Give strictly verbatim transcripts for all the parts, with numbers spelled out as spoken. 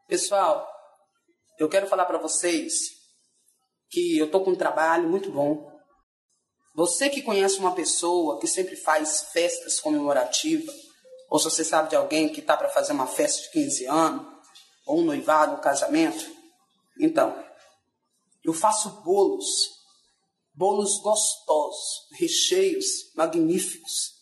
Pessoal, eu quero falar para vocês que eu tô com um trabalho muito bom. Você que conhece uma pessoa que sempre faz festas comemorativas, ou se você sabe de alguém que tá para fazer uma festa de quinze anos, ou um noivado, um casamento, então, eu faço bolos, bolos gostosos, recheios magníficos.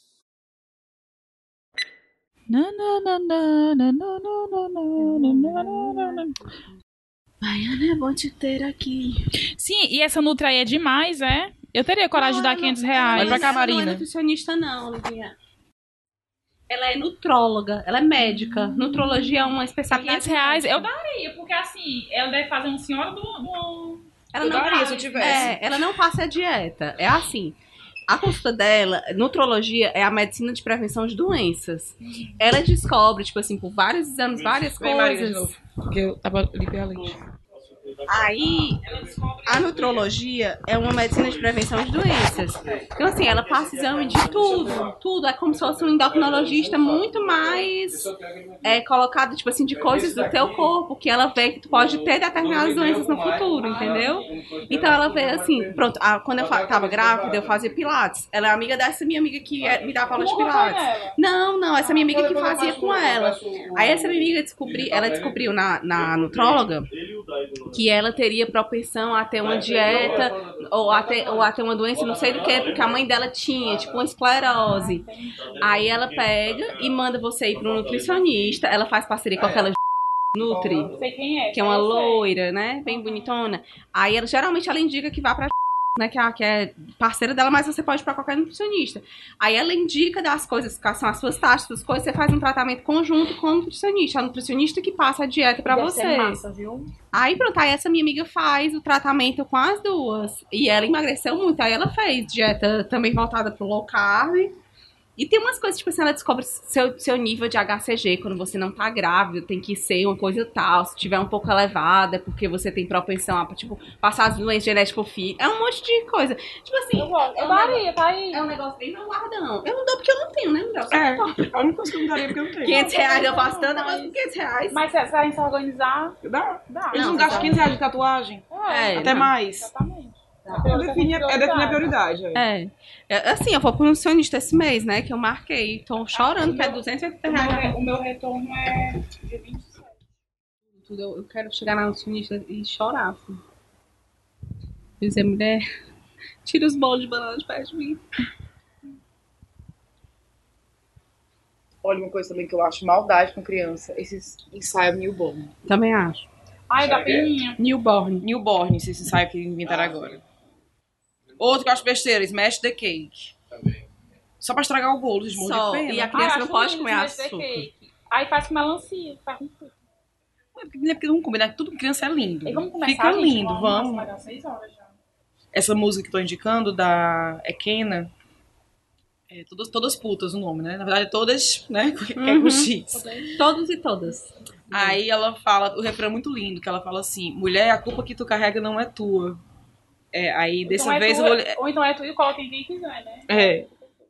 Baiana, é bom te ter aqui. Sim, e essa Nutra aí é demais, é? Eu teria coragem não, de dar quinhentos reais. Olha pra cá, Marina. Ela não é nutricionista, não, Luzinha. Ela é nutróloga, ela é médica. Nutrologia é uma especialidade. quinhentos reais eu daria, porque assim, ela deve fazer um senhora do... do... Ela eu não daria passa, se eu tivesse. É, ela não passa a dieta. É assim, a consulta dela, nutrologia é a medicina de prevenção de doenças. Uhum. Ela descobre, tipo assim, por vários exames, várias Vem, coisas. Maria, porque eu tava ali a leite. Aí, a nutrologia é uma medicina de prevenção de doenças. Então, assim, ela passa exame de tudo, tudo. É como se fosse um endocrinologista muito mais é, colocado, tipo assim, de coisas do teu corpo, que ela vê que tu pode ter determinadas doenças no futuro, entendeu? Então, ela vê, assim, pronto, a, quando eu tava grávida, eu fazia pilates. Ela é amiga dessa minha amiga que é, me dava aula de pilates. Não, não, essa minha amiga que fazia com ela. Aí, essa minha amiga descobri, ela descobriu na, na nutróloga que ela teria propensão a ter uma dieta ou a ter, ou a ter uma doença, não sei do que, porque a mãe dela tinha, tipo, uma esclerose. Aí ela pega e manda você ir para um nutricionista, ela faz parceria com aquela Nutri, que é uma loira, né, bem bonitona. Aí ela, geralmente ela indica que vá pra né, que, a, que é parceira dela, mas você pode ir pra qualquer nutricionista. Aí ela indica das coisas, quais são as suas taxas, as coisas, você faz um tratamento conjunto com o nutricionista. É o nutricionista que passa a dieta pra Deve você. Ser massa, viu? Aí pronto, aí essa minha amiga faz o tratamento com as duas. E ela emagreceu muito, aí ela fez dieta também voltada pro low carb. E tem umas coisas, tipo assim, ela descobre seu, seu nível de H C G quando você não tá grávida, tem que ser uma coisa tal, se tiver um pouco elevada, é porque você tem propensão a, tipo, passar as doenças genéticas pro filho. É um monte de coisa. Tipo assim... Eu, eu é daria, um tá aí. É um negócio bem não guardão. Eu não dou porque eu não tenho, né, Miguel? É, a única coisa que eu não daria porque eu não tenho. quinhentos reais eu faço tanta, mas com quinhentos reais... Mas se a gente se organizar... Dá, dá. Eles não, não gastam quinhentos reais de tatuagem. É, até não. mais. Exatamente. Eu defini, eu defini a prioridade. É. é. Assim, eu vou pro nutricionista esse mês, né? Que eu marquei. Tô chorando, que é duzentos e oitenta reais. O meu retorno é dia vinte e sete. Tudo, eu, eu quero chegar na nutricionista e chorar, assim. Dizer, mulher, tira os bolos de banana de perto de mim. Olha, uma coisa também que eu acho maldade com criança, esses ensaios newborn. Também acho. Ai, da peninha. Newborn. Newborn, esse ensaio que inventaram agora. Outro que eu acho besteira, Smash the Cake. Também. Só pra estragar o bolo, vocês morrem de pena. E a criança ah, não pode comer açúcar. Aí faz com melancia, faz com tudo. Não é porque vamos combinar que tudo criança é lindo. E vamos começar, Fica gente, lindo, vamos. vamos. Vai dar seis horas já. Essa música que eu tô indicando, da Ekena, é todas, todas putas o nome, né? Na verdade, todas, né? Uhum. É com X. Todos e todas. Aí ela fala, o refrão é muito lindo, que ela fala assim, mulher, a culpa que tu carrega não é tua. É, aí dessa então vez é eu vou... vou... Ou então é tu e coloca em quem quiser, né? É.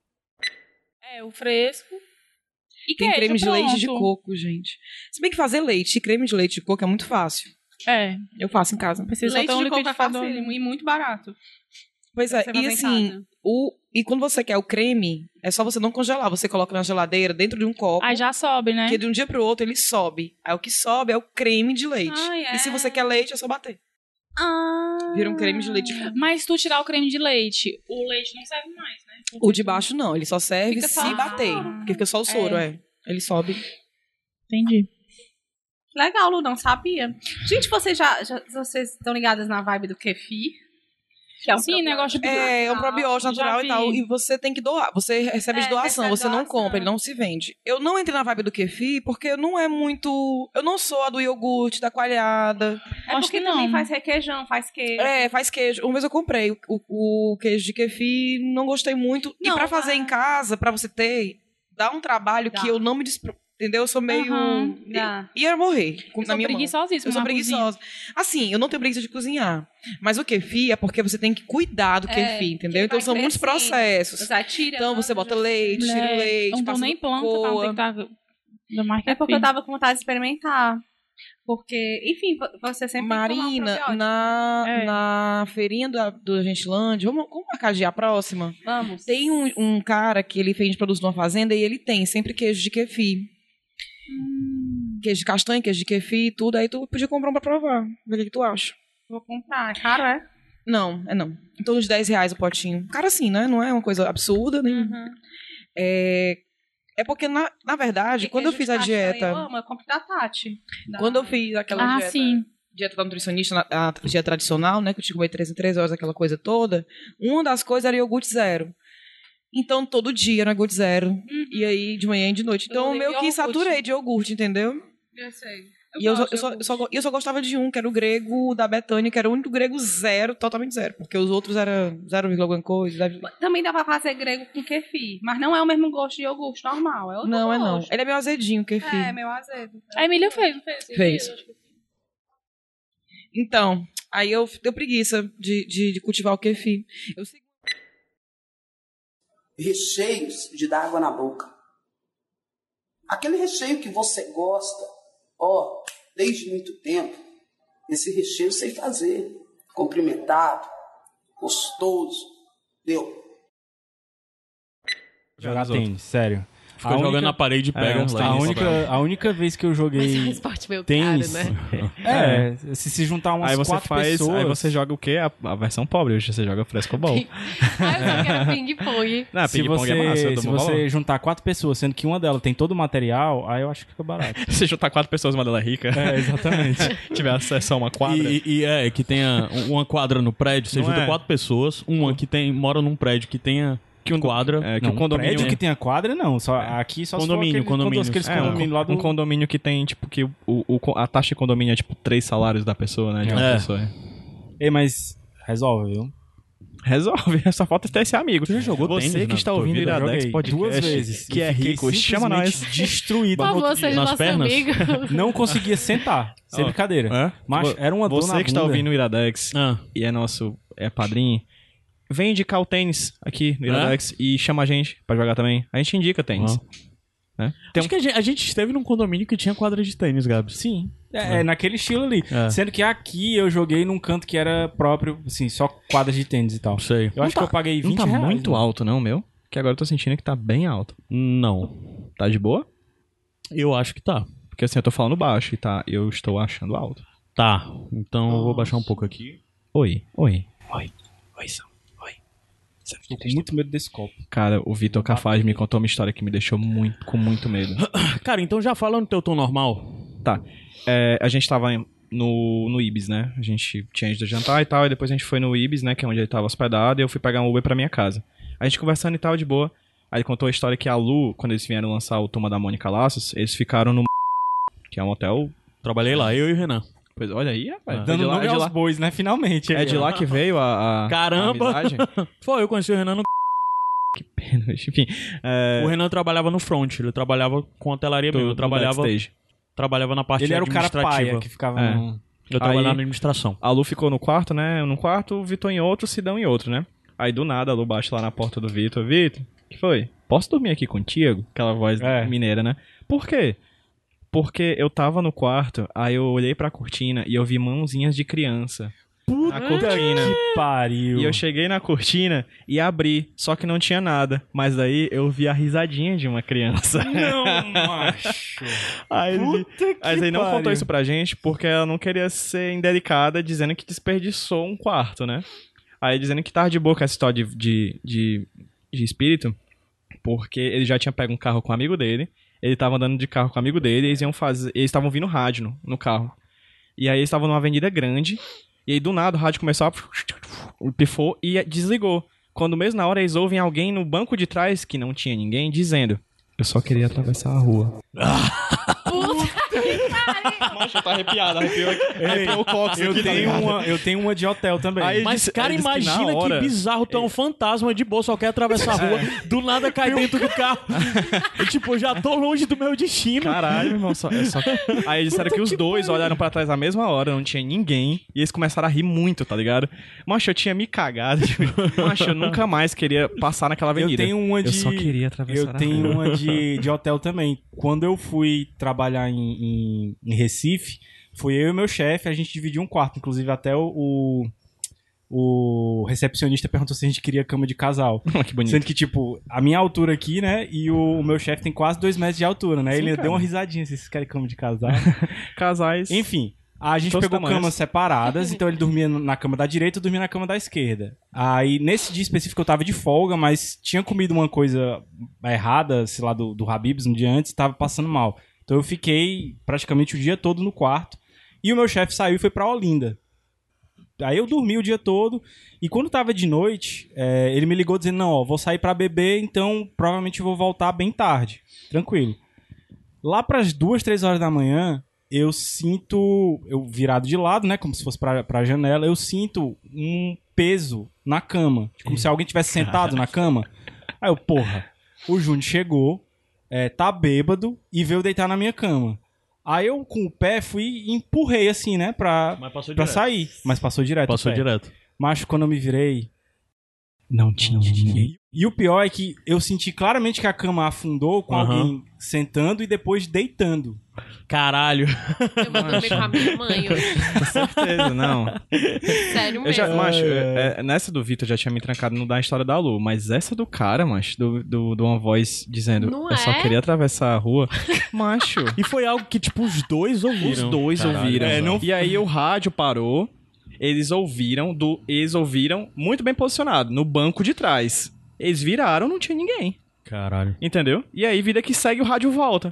É, o fresco. E tem queijo, creme de pronto. Leite de coco, gente. Se bem que fazer leite e creme de leite de coco é muito fácil. É. Eu faço em casa. Precisa leite um de coco é fácil e muito barato. Pois é, e assim, o, e quando você quer o creme, é só você não congelar. Você coloca na geladeira, dentro de um copo. Aí já sobe, né? Que de um dia pro outro ele sobe. Aí o que sobe é o creme de leite. Ah, é. E se você quer leite, é só bater. Ah. Vira um creme de leite. Mas se tu tirar o creme de leite, o leite não serve mais, né? O de baixo não, ele só serve fica se só... bater. Porque fica só o soro, é. é. Ele sobe. Entendi. Legal, Lu, não sabia. Gente, vocês já, já vocês estão ligadas na vibe do kefir? Que é um Sim, negócio de É, é um probiótico natural e tal. E você tem que doar. Você recebe é, de doação, recebe você doação. Não compra, ele não se vende. Eu não entrei na vibe do kefir porque não é muito... Eu não sou a do iogurte, da coalhada. É Acho porque que também faz requeijão, faz queijo. É, faz queijo. Uma vez eu comprei o, o, o queijo de kefir, não gostei muito. Não, e pra fazer é... em casa, pra você ter, dá um trabalho dá. que eu não me... Despro... Entendeu? Eu sou meio... Uhum, I, ia morrer eu na minha mão. Eu sou preguiçosa. Assim, eu não tenho preguiça de cozinhar. Mas o kefir é porque você tem que cuidar do kefir, é, entendeu? Então são muitos processos. Você tira, então você bota leite, tira o leite, não passa nem planta, tá, tem que tá... É porque eu tava com vontade de experimentar. Porque, enfim, você sempre Marina, tem que tomar um na, é. na feirinha do, do Gentilândia, vamos, vamos marcar de a próxima? Vamos. Tem um, um cara que ele vende produtos numa fazenda e ele tem sempre queijo de kefir. Hum. Queijo de castanha, queijo de kefir, tudo. Aí tu podia comprar um pra provar. Ver o que tu acha. Vou comprar. É caro, é? Não, é não. Em torno de dez reais o potinho. Cara, assim, né? Não é uma coisa absurda, nem... Uhum. É... É porque, na, na verdade, e quando eu fiz a dieta... Eu amo, eu compro da Tati. Da... Quando eu fiz aquela ah, dieta... Sim. Dieta da nutricionista, a dieta tradicional, né? Que eu tinha que comer três em três horas, aquela coisa toda. Uma das coisas era iogurte zero. Então, todo dia era iogurte zero. Uhum. E aí, de manhã e de noite. Então, eu meio que saturei de iogurte, entendeu? Eu sei. Eu e eu, eu, só, eu, só, eu só gostava de um, que era o grego da Betânia, que era o único grego zero, totalmente zero. Porque os outros eram zero vírgula alguma coisa. Também dá pra fazer grego com kefir, mas não é o mesmo gosto de iogurte normal. É outro não, gosto. é não. Ele é meio azedinho, o kefir. É, meio azedo. A Emília fez, não fez? Fez. Então, aí eu deu preguiça de, de, de cultivar o kefir. Eu segui... Recheios de dar água na boca. Aquele recheio que você gosta, ó, desde muito tempo, esse recheio eu sei fazer. Comprimentado, gostoso, deu. Jogar tênis, sério. Fica jogando única... na parede e pega. É, a, única, a única vez que eu joguei Mas é um esporte meio tênis, caro, né? É, é, se se juntar umas aí você quatro faz, pessoas... Aí você joga o quê? A, a versão pobre, hoje você joga frescobol. ah, eu só quero ping-pong. Não, se ping-pong você, é massa, se você juntar quatro pessoas, sendo que uma delas tem todo o material, aí eu acho que fica barato. Se juntar quatro pessoas, uma delas é rica. É, exatamente. Tiver acesso a uma quadra. E, e é, que tenha uma quadra no prédio, você Não junta é? quatro pessoas, uma que tem, mora num prédio que tenha... Que um quadra, é, que não, o condomínio um prédio é... que tenha quadra, não. Só, aqui só condomínio, se for aquele, condomínio. aqueles É, condomínio um, lá do... um condomínio que tem, tipo, que o, o, a taxa de condomínio é, tipo, três salários da pessoa, né? De uma é. pessoa. Ei, mas resolve, viu? Resolve, só falta ter esse amigo. Você já jogou Você tênis que está ouvindo o Iradex Podcast, duas vezes, que é rico, chama nós. Destruído. Por favor, seja nas nosso pernas. amigo. Não conseguia sentar, sem Ó, brincadeira. É? Mas era uma dor na Você que está bunda. ouvindo o Iradex Ah. e é nosso é padrinho, vem indicar o tênis aqui no Iradex e chama a gente pra jogar também. A gente indica tênis. Ah. Né? Tem Acho um... que a gente, a gente esteve num condomínio que tinha quadra de tênis, Gabs. Sim. É, é naquele estilo ali. É. Sendo que aqui eu joguei num canto que era próprio, assim, só quadras de tênis e tal. Sei. Eu Não acho tá- que eu paguei Não vinte tá reais. muito né? alto não, meu? Que agora eu tô sentindo que tá bem alto. Não. Tá de boa? Eu acho que tá. Porque assim, eu tô falando baixo e tá, eu estou achando alto. Tá. Então eu vou baixar um pouco aqui. Oi, oi, oi, oi, Sam. Oi. Tô com muito medo desse copo. Cara, o Vitor Cafaz me contou uma história que me deixou muito, com muito medo. Cara, então já fala no teu tom normal. Tá. É, a gente tava no, no Ibis, né? A gente tinha ido jantar e tal, e depois a gente foi no Ibis, né? Que é onde ele tava hospedado, e eu fui pegar um Uber pra minha casa. A gente conversando e tal, de boa. Aí ele contou a história que a Lu, quando eles vieram lançar o Turma da Mônica Laços, eles ficaram no... que é um hotel... Trabalhei lá, eu e o Renan. Pois olha aí, rapaz. Ah. É Dando de lá, nome é de aos lá, bois, né? Finalmente. é de lá que veio a, a, Caramba! a amizade. Foi, eu conheci o Renan no... Que pena, enfim. É... O Renan trabalhava no front, ele trabalhava com hotelaria mesmo. Eu trabalhava, backstage. trabalhava na parte Ele era o cara administrativa. paia que ficava É. no... Eu trabalhava Aí- na administração. A Lu ficou no quarto, né? Num quarto, o Vitor em outro, o Sidão em outro, né? Aí do nada a Lu bate lá na porta do Vitor. Vitor, o que foi? Posso dormir aqui contigo? Aquela voz É. mineira, né? Por quê? Porque eu tava no quarto, aí eu olhei pra cortina e eu vi mãozinhas de criança na cortina. Que pariu. E eu cheguei na cortina e abri, só que não tinha nada. Mas daí eu vi a risadinha de uma criança. Não, macho. Aí, ele- Puta que Mas aí não pariu. contou isso pra gente porque ela não queria ser indelicada dizendo que desperdiçou um quarto, né? Aí dizendo que tava de boa com essa história de, de, de, de espírito, porque ele já tinha pego um carro com um amigo dele, ele tava andando de carro com um amigo dele, e eles iam fazer, eles estavam ouvindo rádio no, no carro. E aí eles estavam numa avenida grande, e aí do nada o rádio começou a... pifou e desligou. Quando mesmo na hora eles ouvem alguém no banco de trás, que não tinha ninguém, dizendo: eu só queria atravessar a rua. Nossa, tá arrepiado, arrepiou, arrepiou o cox Eu aqui, tá tenho, ligado? uma, eu tenho uma de hotel também. Aí ele Mas, disse- cara, ele disse que na imagina que, hora- bizarro, tu é um fantasma de boa, só quer atravessar a rua, do nada cai dentro do carro. E, tipo, eu já tô longe do meu destino. Caralho, irmão. Só, é só... Aí eles disseram que os dois olharam pra trás na mesma hora, não tinha ninguém. E eles começaram a rir muito, tá ligado? Macho, eu tinha me cagado. Macho, eu nunca mais queria passar naquela Eu avenida. tenho uma de... Eu só queria atravessar Eu a tenho rua. uma de, de hotel também. Quando eu fui trabalhar em, em, em Recife, fui eu e meu chefe, a gente dividiu um quarto. Inclusive, até o, o, o recepcionista perguntou se a gente queria cama de casal. Que bonito. Sendo que, tipo, a minha altura aqui, né, e o, o meu chefe tem quase dois metros de altura, né? Sim, Ele cara. deu uma risadinha, se vocês querem cama de casal. Casais. Enfim, a gente Todos pegou tamanhos. camas separadas, então ele dormia na cama da direita e eu dormia na cama da esquerda. Aí, nesse dia específico, eu tava de folga, mas tinha comido uma coisa errada, sei lá, do, do Habib's um dia antes, tava passando mal. Então eu fiquei praticamente o dia todo no quarto. E o meu chefe saiu e foi pra Olinda. Aí eu dormi o dia todo. E quando tava de noite, é, ele me ligou dizendo, não, ó, vou sair pra beber, então provavelmente vou voltar bem tarde. Tranquilo. Lá pras duas, três horas da manhã, eu sinto, eu virado de lado, né, como se fosse pra, pra janela, eu sinto um peso na cama, como se alguém tivesse sentado na cama. Aí eu, porra, o Júnior chegou, é, tá bêbado e veio deitar na minha cama. Aí eu, com o pé, fui e empurrei assim, né, pra, Mas passou pra direto. sair. Mas passou direto. Passou o pé. direto. Mas quando eu me virei, não tinha ninguém. E o pior é que eu senti claramente que a cama afundou com Aham. alguém sentando e depois deitando. Caralho. Eu vou dormir com a minha mãe hoje. Com certeza, não. Sério Eu mesmo. já, macho, é, é, nessa do Vitor eu já tinha me trancado no da história da Lu, mas essa do cara, macho, do, do, de uma voz dizendo, Não eu só é? queria atravessar a rua, macho, E foi algo que, tipo, os dois ouviram. os dois Caralho. ouviram. É, não... E aí o rádio parou, eles ouviram, do, eles ouviram muito bem posicionado, no banco de trás. Eles viraram, não tinha ninguém, Caralho. entendeu? E aí, vida que segue, o rádio volta.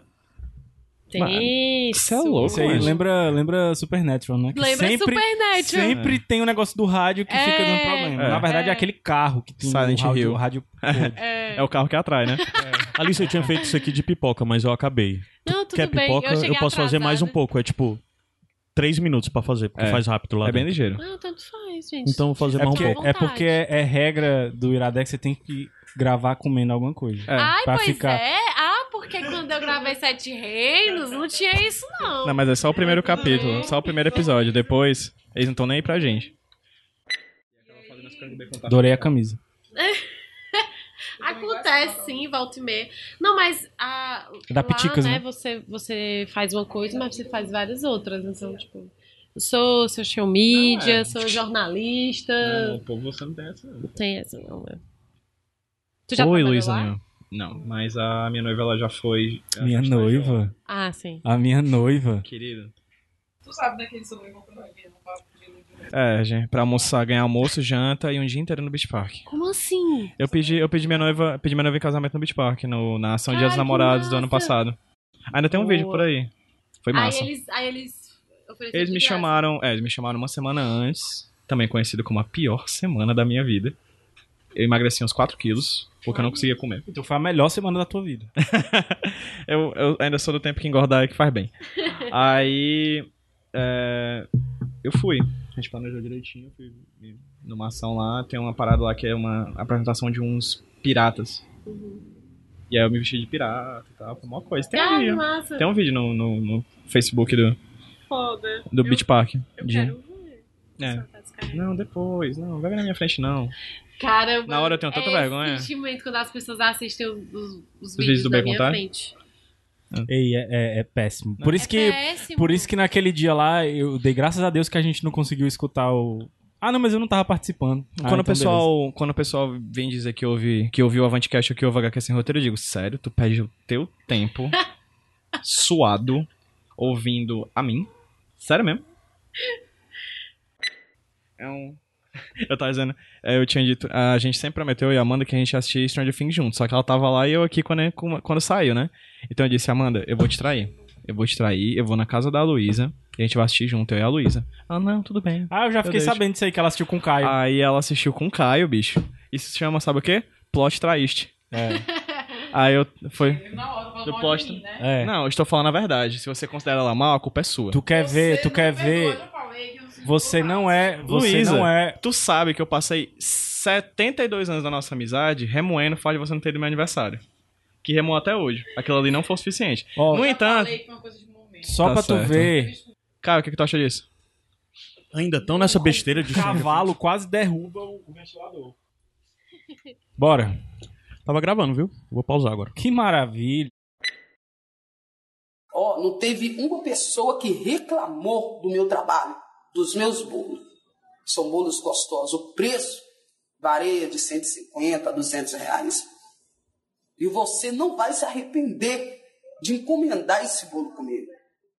Isso. Isso é louco, Isso aí mano. lembra, lembra Supernatural, né? Que Lembra sempre, Supernatural. sempre tem um negócio do rádio que É. fica dando problema. É. Na verdade, é, É. aquele carro que tem Silent o rádio, Hill. o rádio podre. É. É o carro que atrai, né? Alice, eu tinha feito isso aqui de pipoca, mas eu acabei. Não, tudo Quer bem. pipoca? Eu, cheguei posso fazer mais um atrasada. pouco. É tipo, três minutos pra fazer, porque É. faz rápido lá É bem dentro. ligeiro. Não, tanto faz, gente. Então, vou fazer É mais um porque, pouco. é, porque é, é regra do Iradex, você tem que gravar comendo alguma coisa. É. Ai, pra pois ficar- é. Ah, porque quando eu gravei Sete Reinos, não tinha isso, não. Não, mas é só o primeiro capítulo, só o primeiro episódio. Depois, eles não estão nem aí pra gente. Adorei a camisa. Acontece, sim, volta e meia. Não, mas a, Da lá, Piticas, né, né? Você, você faz uma coisa, mas você faz várias outras. Então, tipo, eu sou social media, sou jornalista. O povo você não tem essa. Não tem essa, não, né? Tu já Oi, trabalhou Luísa. lá? Não. Não, mas a minha noiva ela já foi. ela Minha já está noiva. Ah, sim. A minha noiva. Querida. Tu sabe daquele sobrevoltando aqui no papo de É, gente, pra almoçar, ganhar almoço, janta e um dia inteiro no Beach Park. Como assim? Eu pedi, eu pedi minha noiva, pedi minha noiva em casamento no Beach Park, no, na ação Ai, Dia dos que Namorados do ano massa. passado. Ainda tem um Boa. vídeo por aí. Foi massa. Aí eles, aí eles ofereceram Eles de me graça. chamaram, é, eles me chamaram uma semana antes, também conhecido como a pior semana da minha vida. Eu emagreci uns quatro quilos, porque eu não conseguia comer. Então foi a melhor semana da tua vida. eu, eu ainda sou do tempo que engordar é que faz bem. Aí, é, eu fui. A gente planejou direitinho, fui numa ação lá, tem uma parada lá que é uma apresentação de uns piratas. E aí eu me vesti de pirata e tal, foi uma coisa. Tem um Ah, que vídeo, massa. tem um vídeo no, no, no Facebook do, Foda. do Beach Park. Eu de- quero ver. É. Saudades, cara. Não, depois, não, vai ver na minha frente não. Cara, Na hora eu tenho tanta é vergonha. esse sentimento quando as pessoas assistem os, os, os vídeos vídeos do na Bacon minha Time? frente. Ei, é, é- é péssimo. Por isso, É que, péssimo. por isso que naquele dia lá, eu dei graças a Deus que a gente não conseguiu escutar o... Ah, não, mas eu não tava participando. Ah, Quando, então o pessoal, quando o pessoal vem dizer que ouve, que ouviu o Avantcast ou que ouve o H Q sem roteiro, eu digo, sério, tu perde o teu tempo suado ouvindo a mim? Sério mesmo? É um... Eu tava dizendo, é, eu tinha dito, a gente sempre prometeu, eu e a Amanda, que a gente ia assistir Stranger Things juntos, só que ela tava lá e eu aqui quando, quando saiu, né? Então eu disse, Amanda, eu vou te trair. Eu vou te trair, eu vou na casa da Luísa e a gente vai assistir junto, eu e a Luísa. Ah, não, tudo bem. Ah, eu já fiquei deixo. sabendo disso aí, que ela assistiu com o Caio. Aí ela assistiu com o Caio, bicho. Isso se chama, sabe o quê? Plot traíste. É. Aí eu... Foi... na hora, falando Do mal plot... de mim, né? É. Não, eu estou falando a verdade. Se você considera ela mal, a culpa é sua. Tu quer ver, tu quer ver... Você não é... Você Luísa, não é... tu sabe que eu passei setenta e dois anos da nossa amizade remoendo o fato de você não ter ido no meu aniversário. Que remoou até hoje. Aquilo ali não foi o suficiente. Ó, No entanto... Falei que foi uma coisa de momento. só Tá pra tu certo. ver, Cara, o que, que tu acha disso? Ainda tão nessa besteira de o cavalo quase derruba o ventilador. Bora. Tava gravando, viu? Vou pausar agora. Que maravilha. Ó, não teve uma pessoa que reclamou do meu trabalho, dos meus bolos. São bolos gostosos. O preço varia de cento e cinquenta a duzentos reais. E você não vai se arrepender de encomendar esse bolo comigo.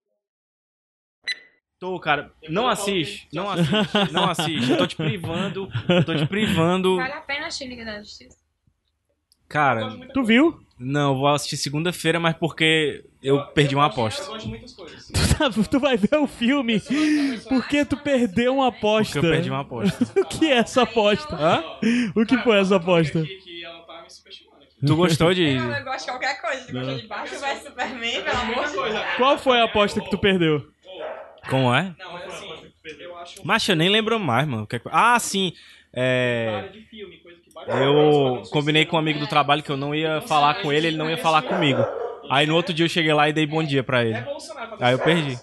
Tô, cara, não assiste, não assiste, não assiste. Eu tô te privando, eu tô te privando. Vale a pena assistir Liga da Justiça? Cara, tu viu? Não, eu vou assistir segunda-feira, mas porque eu perdi uma aposta. Eu gosto de muitas coisas. Tu, tu vai ver o filme porque tu perdeu uma aposta. Porque eu perdi uma aposta. O que é essa aposta? Hã? O que foi essa aposta? Tu gostou de... Eu, eu gosto de qualquer coisa. Tu gostou de Batman vs Superman, pelo amor de Deus. Qual foi a aposta que tu perdeu? Como é? Não, mas assim, eu acho... Mas eu nem lembro mais, mano. Ah, sim. É... Eu combinei com um amigo do trabalho que eu não ia falar com ele, ele não ia falar comigo. Aí no outro dia eu cheguei lá e dei bom dia pra ele. Aí eu perdi.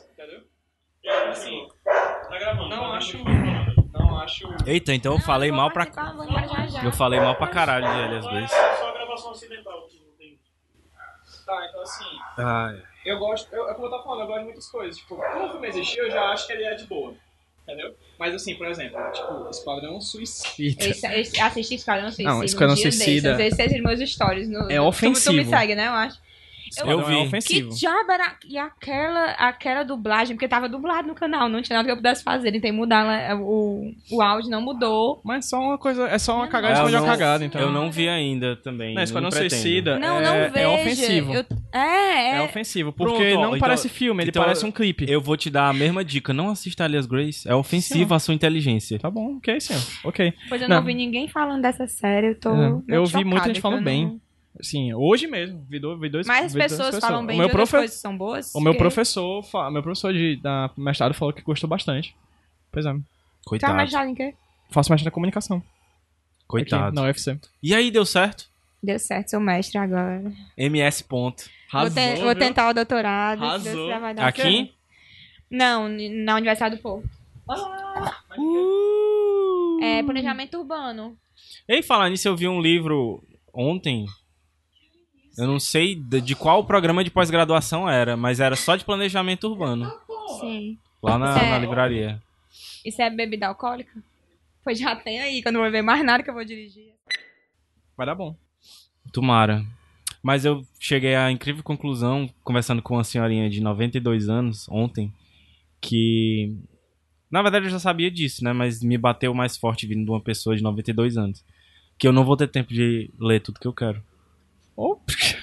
Não acho... Não acho... Eita, então eu falei mal pra... Eu falei mal pra caralho de Alias Grace. Só a gravação ocidental que não tem... Tá, então assim... Ai... Eu gosto, eu, é como eu tava falando, eu gosto de muitas coisas. Tipo, quando o filme existiu, eu já acho que ele é de boa. Entendeu? Mas assim, por exemplo, tipo, Esquadrão Suicida. Esse, esse, assistir Esquadrão Suicida. Não, Esquadrão um dia Suicida. Desses, esses meus stories. No, É ofensivo. Tu, tu me segue, né? Eu acho. Eu, eu vi. É ofensivo. Que diabo era. E aquela, aquela dublagem, porque tava dublado no canal, não tinha nada que eu pudesse fazer. Tentei mudar né, o, o áudio, não mudou. Mas só uma coisa, é só uma cagada eu de não, cagada, então. Eu não vi ainda também. Não, Esquadrão não Suicida não, é, não veja. é ofensivo. Eu, é, é. É ofensivo, porque Pronto, ó, não então- parece filme, ele então parece um clipe. Eu vou te dar a mesma dica. Não assista Alias Grace. É ofensivo à sua inteligência. Tá bom, ok, senhor. Ok. Pois eu não, Não. ouvi ninguém falando dessa série, eu tô. É. muito Eu vi chocada, muita gente que falando eu bem. não- Assim, hoje mesmo, vi dois, vi dois Mas as vi duas pessoas falam bem o meu de outras profe... coisas que são boas. O meu porque- professor, fa- meu professor de, da mestrado falou que gostou bastante. Pois é. Tá Coitado. mestrado em quê? Faço mestrado em comunicação. Coitado. Aqui, na U F C. E aí, deu certo? Deu certo, sou mestre agora. M S ponto. Vou, te- vou tentar o doutorado. se Arrasou. Deus quiser, vai dar Aqui? certo. Não, n- na Universidade do Povo. Uh. É planejamento urbano. Ei, falar nisso, eu vi um livro ontem. Eu não sei de, de qual programa de pós-graduação era, mas era só de planejamento urbano. Sim. Lá na, Isso é- na livraria. Isso é bebida alcoólica? Pois já tem aí, que eu não vou ver mais nada que eu vou dirigir. Vai dar bom. Tomara. Mas eu cheguei à incrível conclusão, conversando com uma senhorinha de noventa e dois anos ontem, que... Na verdade eu já sabia disso, né? Mas me bateu mais forte vindo de uma pessoa de noventa e dois anos. Que eu não vou ter tempo de ler tudo que eu quero. Oh.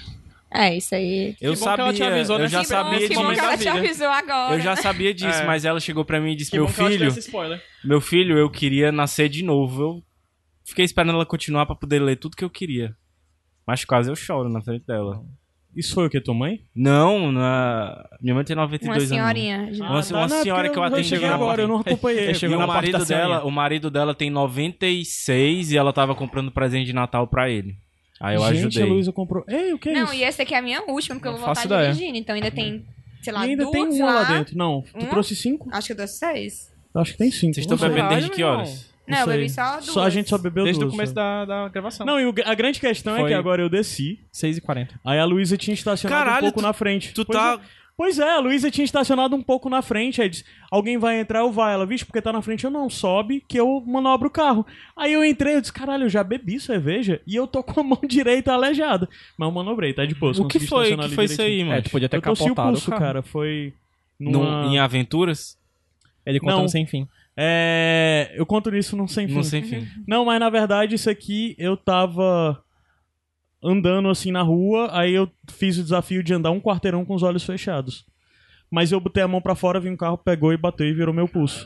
É, isso aí. Eu Que bom que ela te sabia, avisou eu nesse- já que bom, sabia que Que bom bom que que disso. ela da te vida. avisou agora. Eu já sabia disso, É. mas ela chegou pra mim e disse: Que meu bom que ela te deu filho, esse spoiler. meu filho, eu queria nascer de novo. Eu fiquei esperando ela continuar pra poder ler tudo que eu queria. Mas quase eu choro na frente dela. Isso foi o que? Tua mãe? Não, na... minha mãe tem noventa e Uma dois anos. senhorinha. de- Uma, uma tá, não, é senhora porque que eu eu atendi cheguei na agora, eu não acompanhei. E Chegou o na parte marido da dela, senhorinha. o marido dela tem noventa e seis e ela tava comprando presente de Natal pra ele. Aí eu Gente, ajudei. a Luísa comprou... Ei, o que é Não, isso? e essa aqui é a minha última, porque eu Não vou faço voltar ideia. dirigindo. Então ainda tem, sei lá, E ainda duas, tem sei uma lá lá. dentro. Não, tu Uma? trouxe cinco? Acho que eu trouxe seis. Acho que tem cinco. Vocês estão Não sei. bebendo desde Caralho, que horas? Não, eu sei. bebi só duas. Só a gente só bebeu Desde duas. o começo só. da, da gravação. Não, e o- a grande questão é Foi- que agora eu desci, seis e quarenta. aí a Luísa tinha estacionado Caralho, um pouco tu- na frente. Tu Pois tá... é. Pois é, a Luísa tinha estacionado um pouco na frente. Aí disse, alguém vai entrar, eu vai. Ela, vixe, porque tá na frente, eu não. Sobe que eu manobro o carro. Aí eu entrei, eu disse, caralho, eu já bebi cerveja e eu tô com a mão direita aleijada. Mas eu manobrei, tá de boa. O que consegui foi? estacionar que ali foi isso aí, direitinho. mano? É, tu podia ter Eu torci o capotado pulso, o carro. cara. Foi Num- numa... Em aventuras? Ele contando Não. sem fim. É... Eu conto nisso num sem fim. Não sei, enfim. Não, mas na verdade isso aqui eu tava andando assim na rua, aí eu fiz o desafio de andar um quarteirão com os olhos fechados. Mas eu botei a mão pra fora, vi um carro, pegou e bateu e virou meu pulso.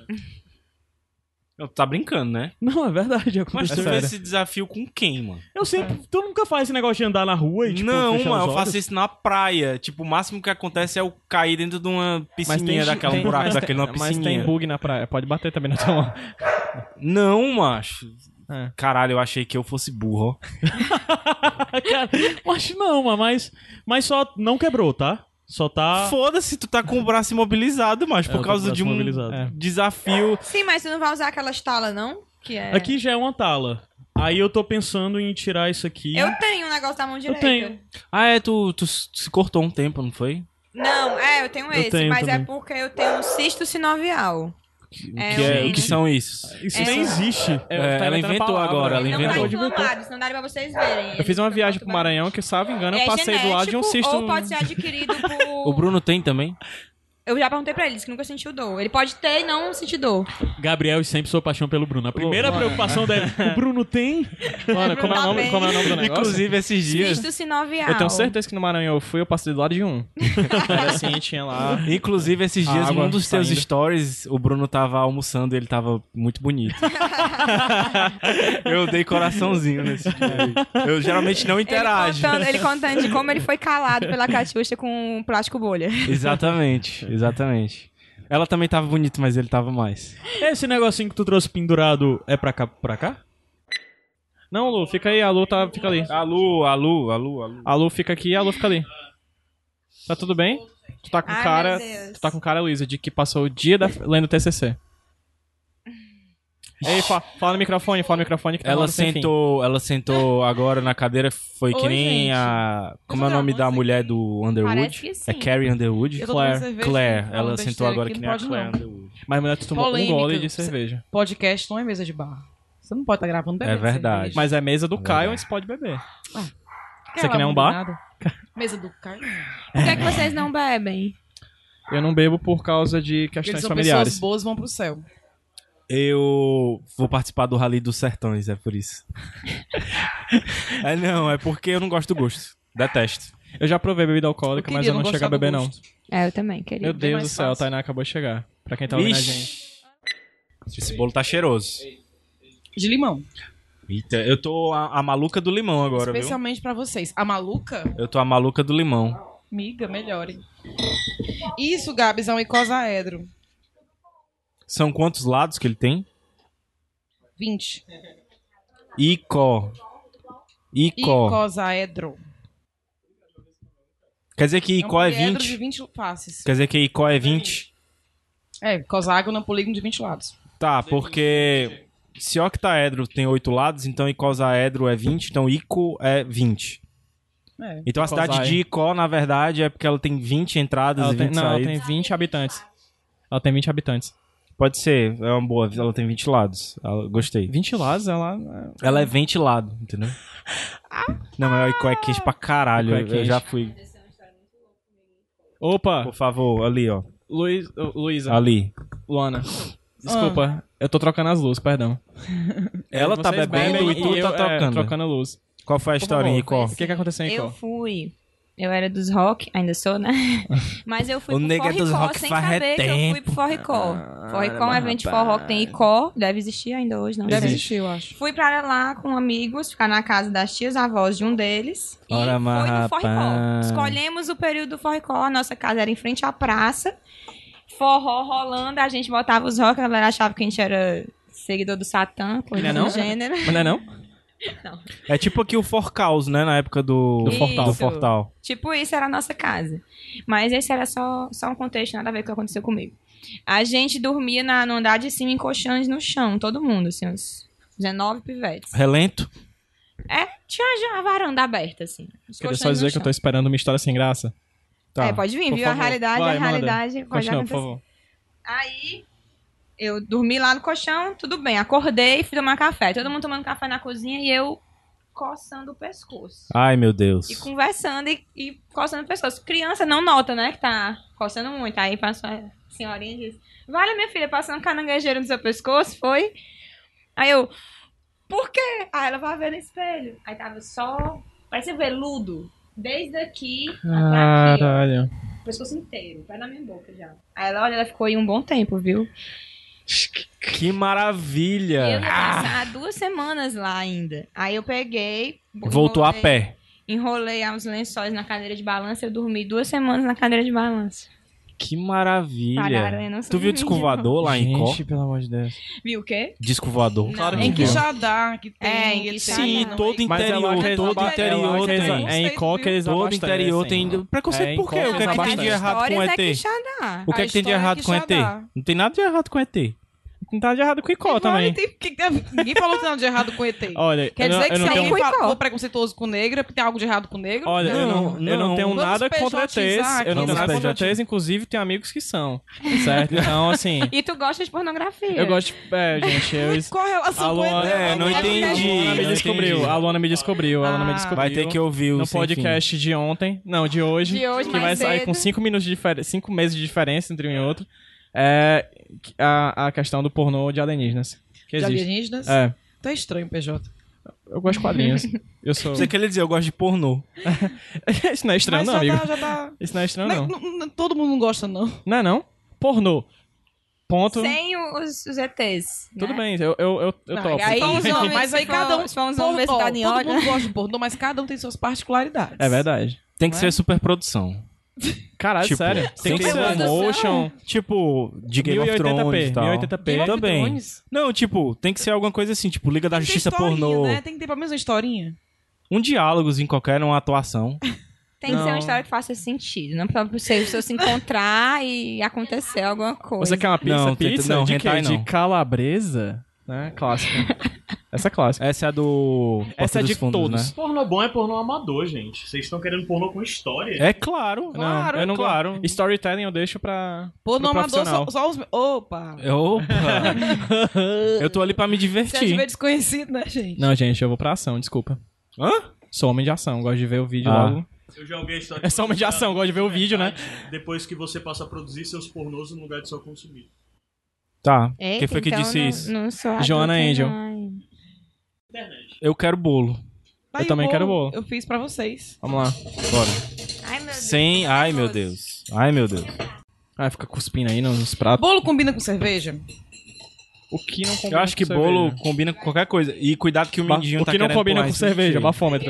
Eu- Tá brincando, né? Não, é verdade, Mas aconteceu. tu sério. fez esse desafio com quem, mano? Eu sempre... Tu nunca faz esse negócio de andar na rua e tipo, não, fechar mano, os eu faço olhos? isso na praia. Tipo, o máximo que acontece é eu cair dentro de uma piscininha daquela, um tem- buraco mas daquele, numa tem- Mas tem piscininha. bug na praia, pode bater também na tua mão. Não, macho. É. Caralho, eu achei que eu fosse burro. Cara, eu acho não, mano, mas... Mas só não quebrou, tá? Só tá... Foda-se, tu tá com o braço imobilizado, macho, É, por eu tô causa com o de braço um imobilizado. É. desafio. Sim, mas tu não vai usar aquelas talas, não? Que é... Aqui já é uma tala. Aí eu tô pensando em tirar isso aqui. Eu tenho um negócio da mão direita. tenho. Ah, é, tu, tu se cortou um tempo, não foi? Não, é, eu tenho Eu esse, tenho mas também. é porque eu tenho um cisto sinovial. O que, É, é, um- o que são isso? Isso É nem um- existe. É, tá ela inventando inventou palavra. agora, ela Ele não tá inventou. inflamado, senão daria pra vocês verem. Eu fiz uma Ele viagem tá pro Maranhão que, salvo engano, eu É passei do lado de um genético cisto. ou pode ser adquirido por... O Bruno tem também? Eu já perguntei pra ele, disse que nunca sentiu dor. Ele pode ter e não sentir dor. Gabriel sempre sou paixão pelo Bruno. A primeira Mano. preocupação dele, o Bruno tem? Mano, como é, o Tá nome, bem. como é o nome do negócio? Inclusive, esses dias... Cisto sinovial. Eu tenho certeza que no Maranhão eu fui, eu passei do lado de um. Era assim, tinha lá. Inclusive, esses A dias, água num dos teus saindo. stories, o Bruno tava almoçando e ele tava muito bonito. Eu dei coraçãozinho nesse dia aí. Eu geralmente não Ele interajo. contando, ele contando de como ele foi calado pela Catiuxa com um plástico bolha. Exatamente, exatamente. Ela também tava bonita, mas ele tava mais. Esse negocinho que tu trouxe pendurado é pra cá? Pra cá? Não, Lu, fica aí, a Lu tá, fica ali. A Lu, a Lu, a Lu, a Lu. A Lu fica aqui e a Lu fica ali. Tá tudo bem? Tu tá com Ai, cara. meu Deus. Tu tá com cara, Luísa, de que passou o dia da, lendo T C C. Ei, fa, fala no microfone, fala no microfone que tá Ela falando sem fim. sentou, ela sentou agora na cadeira, foi que Oi, nem gente. a... Como é o Deixa eu nome dar da uma mulher do Underwood? Parece que sim. É Carrie Underwood? Eu tô tomando Claire. cerveja, Claire, falando ela besteira sentou agora aqui, que não nem a pode, Claire não. Underwood. Mas mulher, tu tomou Polêmica. um gole de cerveja. Podcast não é mesa de bar. Você não pode estar gravando bebendo É verdade. cerveja. Mas é mesa do É Caio, verdade. onde você pode beber. Quer Isso aqui não é um bar? nada? Mesa do Caio. Por que, é que vocês não bebem? Eu não bebo por causa de Eles questões são familiares. pessoas boas vão pro céu. Eu vou participar do Rally dos Sertões, é por isso. É não, é porque eu não gosto do gosto. Detesto. Eu já provei bebida alcoólica, Eu mas queria eu não não chego a gostar do beber, não. gosto. É, eu também queria. Meu Deus mais do céu, a fácil. Tainá acabou de chegar. Pra quem tá ouvindo a gente. Ixi. Esse bolo tá cheiroso. De limão. Eita, eu tô a, a maluca do limão agora, viu? Especialmente pra vocês. A maluca? Eu tô a maluca do limão. Miga, melhore. Isso, Gabs, é um icosaedro. São quantos lados que ele tem? vinte. Icó. Icó. Icosaedro. Quer dizer que É um Icó é poliedro de vinte? vinte faces. Quer dizer que Icó é vinte? É, icoságono é um polígono de vinte lados. Tá, porque se octaedro tem oito lados, então icosaedro é vinte, então Ico é vinte. É. Então a cidade Icosai. de Icó, na verdade, é porque ela tem vinte entradas Ela e tem, vinte não, ela saídas. tem vinte habitantes. Ela tem vinte habitantes. Pode ser, é uma boa, ela tem vinte lados. Ela- Gostei. vinte lados, ela. Ela é ventilado, entendeu? Não, mas o Icó é quente pra caralho. Icó é Eu quente. já fui. Opa! Por favor, ali, ó. Luiz, Lu- Luísa. Ali. Luana. Desculpa, eu tô trocando as luzes, perdão. Ela tá Vocês bebendo bebem e tu eu, tá é, trocando. trocando luz. Qual foi a Por história em favor, Icó? O que que aconteceu em Eu Icó? fui. Eu era dos rock, ainda sou, né? Mas eu fui O pro nega é dos Forricó rock sem faz saber que eu fui tempo. pro Forricó. Ah, Forricó é um mas evento de rapaz. forró que tem Icó. Deve existir ainda hoje, não Deve sei. existir, eu acho. Fui pra lá com amigos, ficar na casa das tias avós de um deles. Ora, e mas foi no Forricó. rapaz. Escolhemos o período do Forricó. A nossa casa era em frente à praça. Forró rolando, a gente botava os rock, a galera achava que a gente era seguidor do Satã, coisa Não é do não? gênero. Mas não é não? É tipo aqui o Forcaus, né? Na época do, Do Fortal. do Fortal. Tipo, isso era a nossa casa. Mas esse era só, só um contexto, nada a ver com o que aconteceu comigo. A gente dormia na, no andar de cima em colchões no chão, todo mundo, assim, uns dezenove pivetes. Relento? É, tinha já a varanda aberta, assim. Os Queria só colchões dizer no que eu tô chão. esperando uma história sem graça. Tá. É, pode vir, Por viu? A favor. realidade, Vai, a manda. realidade pode Continua, por acontecer. favor. Aí, eu dormi lá no colchão, tudo bem. Acordei e fui tomar café. Todo mundo tomando café na cozinha e eu coçando o pescoço. Ai, meu Deus. E conversando e, e coçando o pescoço. Criança não nota, né, que tá coçando muito. Aí passou a senhorinha e disse: Vale, minha filha, passando caranguejeiro no seu pescoço, foi? Aí eu, por quê? Aí ela vai ver no espelho. Aí tava só, parecia veludo. Desde aqui até aqui, ó. Caralho. O pescoço inteiro, vai na minha boca já. Aí ela, olha, ela ficou aí um bom tempo, viu? Que E eu maravilha. ia passar duas semanas lá ainda. Aí eu peguei... Voltou a enrolei- pé. Enrolei os lençóis na cadeira de balanço e eu dormi duas semanas na cadeira de balanço. Que maravilha. Pararam, eu não Tu viu o disco voador lá em Icó? Gente, pelo amor de Deus. Viu o quê? Disco voador. Claro Em que Quixadá, que tem. É, em etc. Quixadá. Sim, não. todo Mas é lá interior, que eles todo aba- interior é lá que eles- tem. É em Icó que eles Todo abastecem. interior tem. Preconceito É, em por quê? Icó O que é que eles tem de abastecem. errado com o Histórias E é T? Quixadá. O que é A que tem de história é errado com o E T? Quixadá. Não tem nada de errado com o E T. Não tá de errado com o Icó também. Tem, que, que, ninguém falou que tem nada de errado com o E T. Olha, Quer eu dizer não, que eu se não alguém tenho... for, for preconceituoso com negra, tem algo de errado com negro? Olha, não, eu não, não, eu não tenho vamos nada contra E Ts. Eu não tenho nada contra E Ts, inclusive tenho amigos que são. Certo? Então, assim... E tu gosta de pornografia? Eu gosto de... É, gente, eu... Qual a relação a Luana, com E T? É, não entendi. A Luana me não descobriu. entendi. A Luana me descobriu. A Luana me Ah. descobriu. Vai ter que ouvir o no Sem podcast Fim. de ontem. Não, de hoje. De hoje, que mais vai sair cedo. com cinco minutos de diferença, cinco meses de diferença entre um e outro. É a, a questão do pornô de alienígenas. Que De existe. alienígenas? É. Tá estranho, P J. Eu gosto de quadrinhos. Eu sou... Você queria dizer, eu gosto de pornô. Isso não é estranho, Mas não, já amigo. tá, já tá... Isso não é estranho, Não, não. não, não, todo mundo não gosta, não. Não é não? Pornô. Ponto. Sem os, os E Ts. Tudo né? bem, eu, eu, eu, eu Não, topo. aí, Se for uns não, homens- mas aí se for- cada um... se for uns por- homens ó, cidade em todo ordem. mundo gosta de pornô, mas cada um tem suas particularidades. É verdade. Tem que Não ser é? superprodução. Caralho, Tipo, sério. Tem que ser uma slow motion. Tipo, de Game of Thrones e tal. mil e oitenta p. Game of Também. Thrones. Não, tipo, tem que ser alguma coisa assim, tipo, Liga da Tem que ter Justiça historinha, pornô. Né? Tem que ter pelo menos uma historinha. Um diálogozinho qualquer, uma atuação. Tem que ser Não. uma história que faça sentido. Não pra você, você se encontrar e acontecer alguma coisa. Você quer uma pizza? Não, pizza tenta- não, de quê? hentai De não. calabresa? Né? Clássica. Essa é clássica. Essa é a do... Porta Essa é dos de Fundos, todos. né? Pornô bom é pornô amador, gente. Vocês estão querendo pornô com história. É claro. Não, eu não claro. gosto. Storytelling eu deixo pra. Pornô pro amador, profissional. só, só os... Opa! Opa! Eu tô ali pra me Você é de divertir. ver desconhecido, né, gente? Não, gente, eu vou pra ação, desculpa. Hã? Sou homem de ação, gosto de ver o vídeo Ah. logo. Eu já ouvi a história. É só homem de ação, gosto de ver o vídeo, né? Depois que você passa a produzir seus pornôs no lugar de só consumir. Tá. Eita, Quem foi que então disse não, isso? Não sou Joana adulta, Angel. não. Internet. Eu quero bolo. Tá Eu aí o também quero bolo. Eu fiz pra vocês. Vamos lá. Bora. Ai, meu Deus. Sem... Ai, meu Deus. Ai, meu Deus. Ah, fica cuspindo aí nos pratos. Bolo combina com cerveja? O que não combina Eu acho que com bolo cerveja? combina com qualquer coisa. E cuidado que o Ba- mindinho O tá que não querendo combina pular com em cima de cerveja, ti. bafômetro.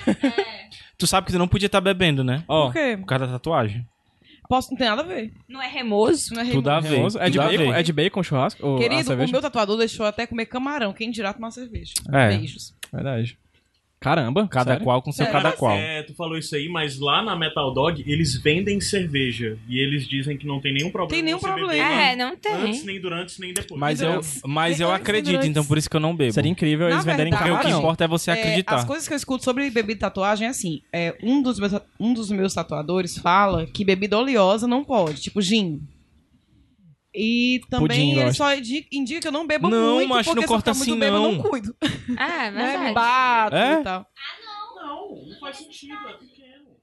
Tu sabe que tu não podia estar bebendo, né? Ó, Por quê? Por causa da tatuagem. Posso, não tem nada a ver. Não é remoso? Não é Tudo a ver. remoso. É de tudo a bacon? ver. É de bacon churrasco? Ou a Querido, o cerveja? meu tatuador deixou até comer camarão. Quem dirá tomar cerveja? É. Beijos. Verdade. Caramba, Cada sério? qual com seu É, cada qual. É, tu falou isso aí, mas lá na Metal Dog eles vendem cerveja. E eles dizem que não tem nenhum problema. Tem nenhum você problema. beber É, não tem. Antes, nem durante, nem depois. Mas eu, Antes. mas eu Antes, acredito, antes. então por isso que eu não bebo. Seria incrível Na eles venderem verdade, Porque o que camarão. importa é você É, acreditar. as coisas que eu escuto sobre bebida e tatuagem é assim: é, um, dos meus, um dos meus tatuadores fala que bebida oleosa não pode, tipo gin. E também Pudim, ele gosto. só indi- indica que eu não beba Não, muito, macho, porque não se eu corta ficar muito assim, bêbado, eu não. não cuido. Ah, é Né? Me verdade. bato É? e tal. Não, não faz sentido, é pequeno.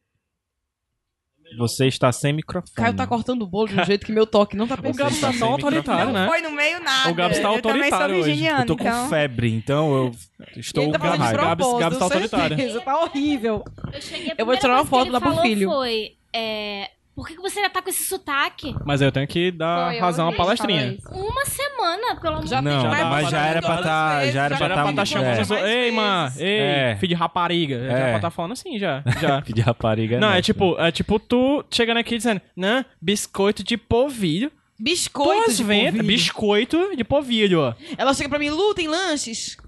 Você está sem microfone. Caio tá cortando o bolo de um jeito que meu toque não tá O perfeito. Gabs tá sem tão microfone. autoritário, Não né? foi no meio nada. O Gabs tá Eu também autoritário sou hoje. virginiano, Eu tô com então... febre, então eu E estou ele tá com fazendo de raiva. Gabs- propósito, Gabs tá autoritário. certeza, tá horrível. Eu, cheguei, a Eu vou primeira tirar uma coisa que foto ele lá pro falou filho. Foi, é, por que que você ainda tá com esse sotaque? Mas eu tenho que dar Foi, eu razão à ouvi ele palestrinha. falar Uma semana, pelo amor de Já Deus. Não, Já mas tá já era pra todas tá, as vezes, já era já pra era tá, pra tá chamando é. os outros. Ei, man, ei, É. filho de rapariga. Já É. pra tá falando assim, já. já. de rapariga. Não, é nossa. tipo, é tipo tu chegando aqui dizendo, né, biscoito de polvilho. Biscoito Tu de inventa, polvilho. biscoito de polvilho, ó. Ela chega pra mim, Lu, tem lanches?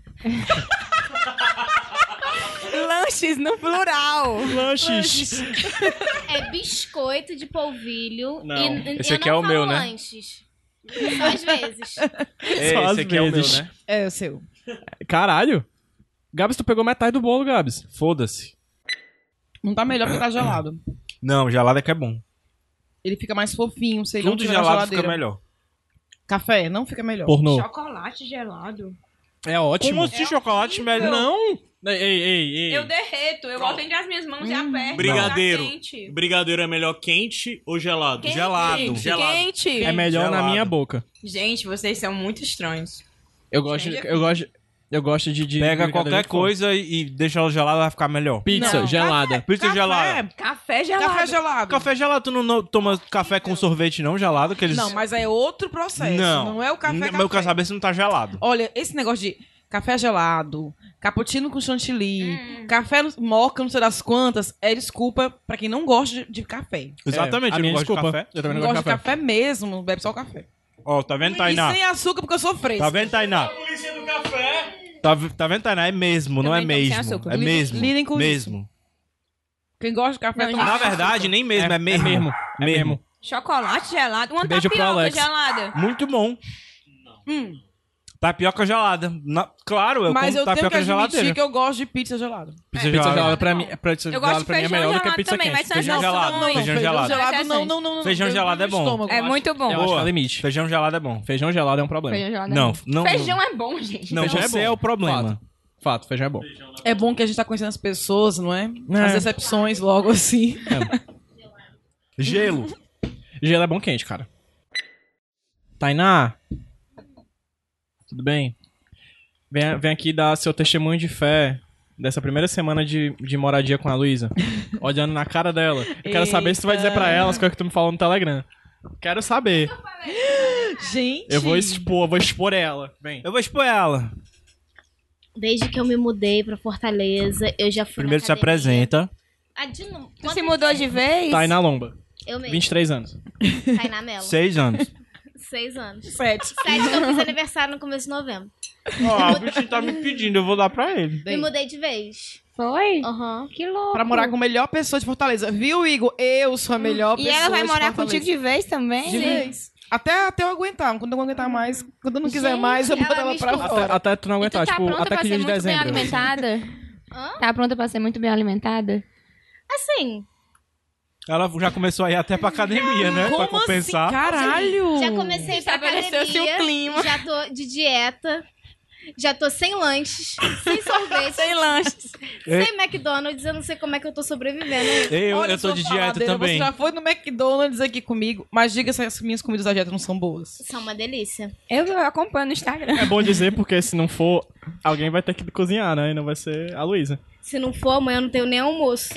Lanches no plural. Lanches. É biscoito de polvilho. Não. E, e Esse eu aqui não é o falo meu, né? lanches. Só às vezes. Ei, Só às esse aqui é o meu, vezes. né? É, o seu. Caralho. Gabs, tu pegou metade do bolo, Gabs. Foda-se. Não tá melhor porque tá gelado. Não, gelado é que é bom. Ele fica mais fofinho, sei não Tudo tirar da gelado geladeira. fica melhor. Café, não fica melhor. Pornô. Chocolate gelado. É ótimo. Como assim chocolate melhor? Não. Ei, ei, ei. Eu derreto, eu boto entre as minhas mãos e aperto. Brigadeiro. Tá quente. Brigadeiro é melhor quente ou gelado? Quente. Gelado. Gelado. Quente. É melhor Gelado. na minha boca. Gente, vocês são muito estranhos. Eu gosto, Gente, eu gosto, eu gosto de... de Pega brigadeiro qualquer de fome. coisa e, e deixa ela gelada, vai ficar melhor. Pizza Não, gelada. Pizza Café. gelada. Café gelado. Café gelado. Café gelado, tu não, não toma café com sorvete não, gelado? Que eles... Não, mas é outro processo. Não. Não é o café, N- café. Mas eu quero saber se não tá gelado. Olha, esse negócio de café gelado, cappuccino com chantilly, Hum. café no- moca, não sei das quantas, é desculpa pra quem não gosta de, de café. Exatamente, É, a eu não minha gosto desculpa. de café. Eu também Não não gosto gosto de café mesmo, bebe só o café. Ó, tá vendo, E Tainá? sem açúcar porque eu sou fresca. Tá vendo, Tainá? Polícia do café. Tá, v- tá vendo, Tainá? É mesmo, não é Também tomo sem mesmo. açúcar. É Lida- mesmo. lidem com mesmo. Quem gosta de café Não, toma Na açúcar. verdade, nem mesmo, é, É mesmo. mesmo, é mesmo. Chocolate gelado. Uma Beijo pro tapioca Alex. gelada. Muito bom. Hum. Tapioca gelada. Na- claro, eu Mas como eu tenho que tapioca admitir geladeira. que eu gosto de pizza gelada. Pizza Pizza gelada. gelada pra mim, pizza Eu gelada gosto de pra mim é feijão melhor do que gelado pizza também, quente. mas sem Feijão açúcar gelado, não. feijão Feijão gelado. gelado, É não, não, não, não. Feijão Eu- gelado é no bom. estômago, É eu muito bom. Eu acho que Boa. é limite. Feijão gelado é bom. Feijão gelado é um problema. Feijão gelado é Não, bom. não. Feijão é bom, gente. Não, Feijão é você bom. é o problema. Fato. Fato, feijão é bom. acho. É bom que a gente tá conhecendo as pessoas, não é? É. As decepções logo assim. Gelo. Gelo é bom quente, cara. Tainá. Tudo bem? Vem, vem aqui dar seu testemunho de fé dessa primeira semana de, de moradia com a Luísa. Olhando na cara dela. Eu quero saber se tu vai dizer pra ela as coisas que tu me falou no Telegram. Quero saber. Gente. Eu vou expor, vou expor ela. Vem. Eu vou expor ela. Desde que eu me mudei pra Fortaleza, eu já fui Primeiro na se academia. apresenta. Ah, de novo. Tu se mudou de vez? Tainá Lomba. Eu mesmo. vinte e três anos. Tainá Mello. Seis anos. Seis anos. Sete. Sete que eu fiz aniversário no começo de novembro. Ó, o bichinho tá me pedindo, eu vou dar pra ele. Me mudei de vez. Foi? Aham. Que louco. Pra morar com a melhor pessoa de Fortaleza. Viu, Igor? Eu sou a melhor E pessoa ela vai de morar Fortaleza. contigo de vez também? De vez. Até, até eu aguentar. Quando eu não aguentar mais, quando eu não quiser Gente, mais, eu boto ela ela me pra expulsou. fora. Até, até tu não E tu aguentar, tá tipo, pronta até pra que ser dia de muito bem dezembro. alimentada? Hã? Tá pronta pra ser muito bem alimentada? Assim, Ela já começou a ir até pra academia, né? Pra Como compensar. assim? Caralho! já comecei pra Estabeleceu-se academia. o clima. Já tô de dieta. Já tô sem lanches, sem sorvete, Sem lanches. sem McDonald's. Eu não sei como é que eu tô sobrevivendo. Eu, Olha eu tô sua de dieta faladeira, também. Você já foi no McDonald's aqui comigo, mas diga se as minhas comidas da dieta não são boas. São uma delícia. Eu, eu acompanho no Instagram. É bom dizer, porque se não for, alguém vai ter que cozinhar, né? E não vai ser a Luísa. Se não for, amanhã eu não tenho nem almoço.